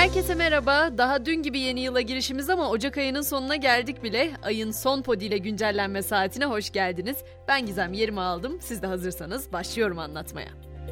Herkese merhaba. Daha dün gibi yeni yıla girişimiz ama Ocak ayının sonuna geldik bile. Ayın son podiyle güncellenme saatine hoş geldiniz. Ben Gizem, yerimi aldım. Siz de hazırsanız başlıyorum anlatmaya.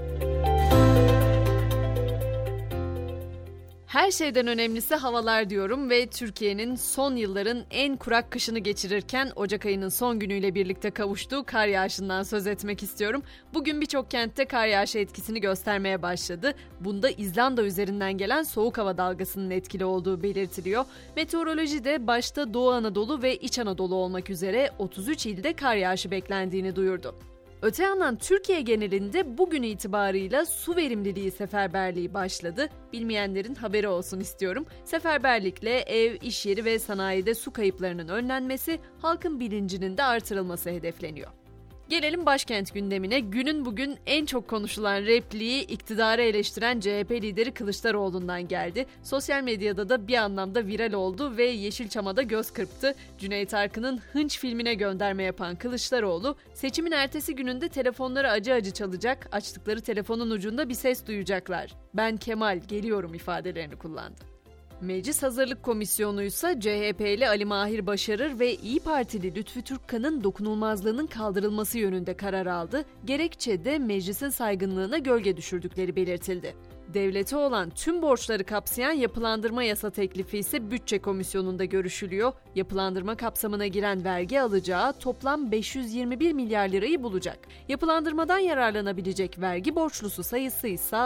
Her şeyden önemlisi havalar diyorum ve Türkiye'nin son yılların en kurak kışını geçirirken Ocak ayının son günüyle birlikte kavuştuğu kar yağışından söz etmek istiyorum. Bugün birçok kentte kar yağışı etkisini göstermeye başladı. Bunda İzlanda üzerinden gelen soğuk hava dalgasının etkili olduğu belirtiliyor. Meteorolojide başta Doğu Anadolu ve İç Anadolu olmak üzere 33 ilde kar yağışı beklendiğini duyurdu. Öte yandan Türkiye genelinde bugün itibarıyla su verimliliği seferberliği başladı. Bilmeyenlerin haberi olsun istiyorum. Seferberlikle ev, iş yeri ve sanayide su kayıplarının önlenmesi, halkın bilincinin de artırılması hedefleniyor. Gelelim başkent gündemine. Günün bugün en çok konuşulan repliği iktidarı eleştiren CHP lideri Kılıçdaroğlu'ndan geldi. Sosyal medyada da bir anlamda viral oldu ve Yeşilçam'a da göz kırptı. Cüneyt Arkın'ın Hınç filmine gönderme yapan Kılıçdaroğlu, seçimin ertesi gününde telefonları acı acı çalacak, açtıkları telefonun ucunda bir ses duyacaklar. "Ben Kemal, geliyorum" ifadelerini kullandı. Meclis Hazırlık Komisyonu ise CHP'li Ali Mahir Başarır ve İYİ Partili Lütfü Türkkan'ın dokunulmazlığının kaldırılması yönünde karar aldı. Gerekçe de meclisin saygınlığına gölge düşürdükleri belirtildi. Devlete olan tüm borçları kapsayan yapılandırma yasa teklifi ise Bütçe Komisyonu'nda görüşülüyor. Yapılandırma kapsamına giren vergi alacağı toplam 521 milyar lirayı bulacak. Yapılandırmadan yararlanabilecek vergi borçlusu sayısı ise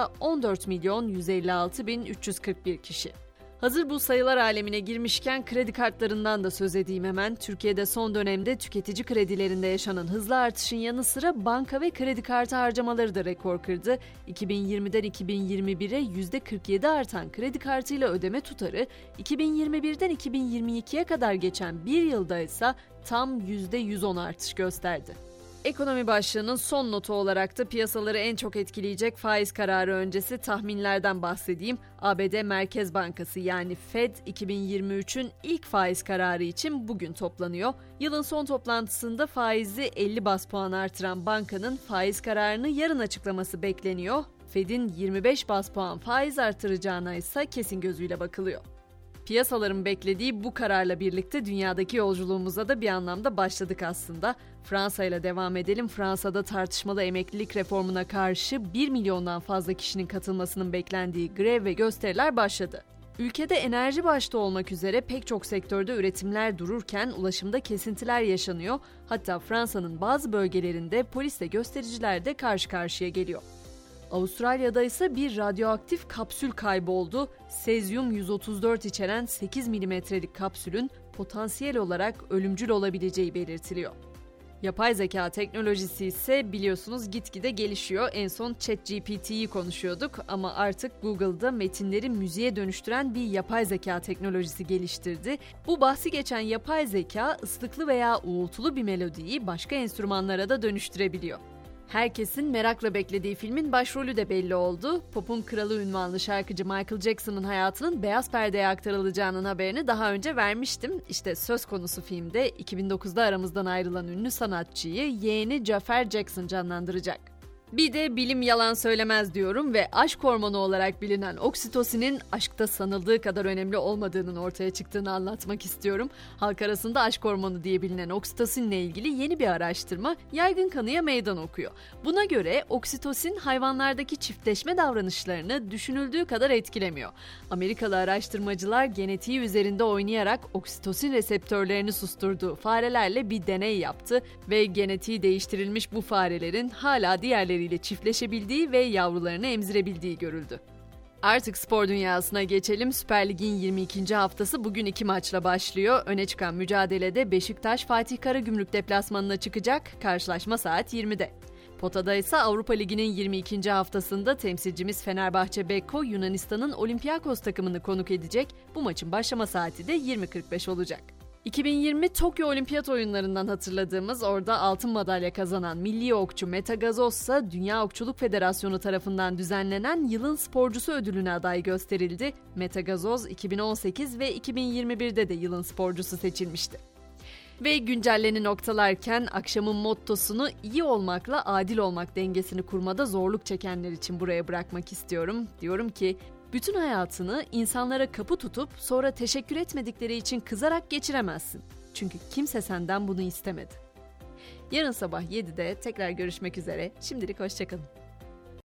14.156.341 kişi. Hazır bu sayılar alemine girmişken kredi kartlarından da söz edeyim hemen. Türkiye'de son dönemde tüketici kredilerinde yaşanan hızlı artışın yanı sıra banka ve kredi kartı harcamaları da rekor kırdı. 2020'den 2021'e %47 artan kredi kartıyla ödeme tutarı, 2021'den 2022'ye kadar geçen bir yılda ise tam %110 artış gösterdi. Ekonomi başlığının son notu olarak da piyasaları en çok etkileyecek faiz kararı öncesi tahminlerden bahsedeyim. ABD Merkez Bankası yani Fed 2023'ün ilk faiz kararı için bugün toplanıyor. Yılın son toplantısında faizi 50 baz puan artıran bankanın faiz kararını yarın açıklaması bekleniyor. Fed'in 25 baz puan faiz artıracağına ise kesin gözüyle bakılıyor. Piyasaların beklediği bu kararla birlikte dünyadaki yolculuğumuza da bir anlamda başladık aslında. Fransa ile devam edelim. Fransa'da tartışmalı emeklilik reformuna karşı 1 milyondan fazla kişinin katılmasının beklendiği grev ve gösteriler başladı. Ülkede enerji başta olmak üzere pek çok sektörde üretimler dururken ulaşımda kesintiler yaşanıyor. Hatta Fransa'nın bazı bölgelerinde polisle göstericiler de karşı karşıya geliyor. Avustralya'da ise bir radyoaktif kapsül kayboldu. Sezyum 134 içeren 8 milimetrelik kapsülün potansiyel olarak ölümcül olabileceği belirtiliyor. Yapay zeka teknolojisi ise biliyorsunuz gitgide gelişiyor. En son ChatGPT'yi konuşuyorduk ama artık Google'da metinleri müziğe dönüştüren bir yapay zeka teknolojisi geliştirdi. Bu bahsi geçen yapay zeka ıslıklı veya uğultulu bir melodiyi başka enstrümanlara da dönüştürebiliyor. Herkesin merakla beklediği filmin başrolü de belli oldu. Pop'un kralı ünvanlı şarkıcı Michael Jackson'ın hayatının beyaz perdeye aktarılacağının haberini daha önce vermiştim. İşte söz konusu filmde 2009'da aramızdan ayrılan ünlü sanatçıyı yeğeni Jafar Jackson canlandıracak. Bir de bilim yalan söylemez diyorum ve aşk hormonu olarak bilinen oksitosinin aşkta sanıldığı kadar önemli olmadığının ortaya çıktığını anlatmak istiyorum. Halk arasında aşk hormonu diye bilinen oksitosinle ilgili yeni bir araştırma yaygın kanıya meydan okuyor. Buna göre oksitosin hayvanlardaki çiftleşme davranışlarını düşünüldüğü kadar etkilemiyor. Amerikalı araştırmacılar genetiği üzerinde oynayarak oksitosin reseptörlerini susturduğu farelerle bir deney yaptı ve genetiği değiştirilmiş bu farelerin hala diğerleriyle çiftleşebildiği ve yavrularını emzirebildiği görüldü. Artık spor dünyasına geçelim. Süper Lig'in 22. haftası bugün 2 maçla başlıyor. Öne çıkan mücadelede Beşiktaş Fatih Karagümrük deplasmanına çıkacak. Karşılaşma saat 20'de. Potada ise Avrupa Ligi'nin 22. haftasında temsilcimiz Fenerbahçe Beko Yunanistan'ın Olympiakos takımını konuk edecek. Bu maçın başlama saati de 20.45 olacak. 2020 Tokyo Olimpiyat Oyunları'ndan hatırladığımız orada altın madalya kazanan milli okçu Mete Gazoz ise Dünya Okçuluk Federasyonu tarafından düzenlenen yılın sporcusu ödülüne aday gösterildi. Mete Gazoz 2018 ve 2021'de de yılın sporcusu seçilmişti. Ve güncelleni noktalarken akşamın mottosunu iyi olmakla adil olmak dengesini kurmada zorluk çekenler için buraya bırakmak istiyorum. Diyorum ki Bütün hayatını insanlara kapı tutup sonra teşekkür etmedikleri için kızarak geçiremezsin. Çünkü kimse senden bunu istemedi. Yarın sabah 7'de tekrar görüşmek üzere. Şimdilik hoşça kalın.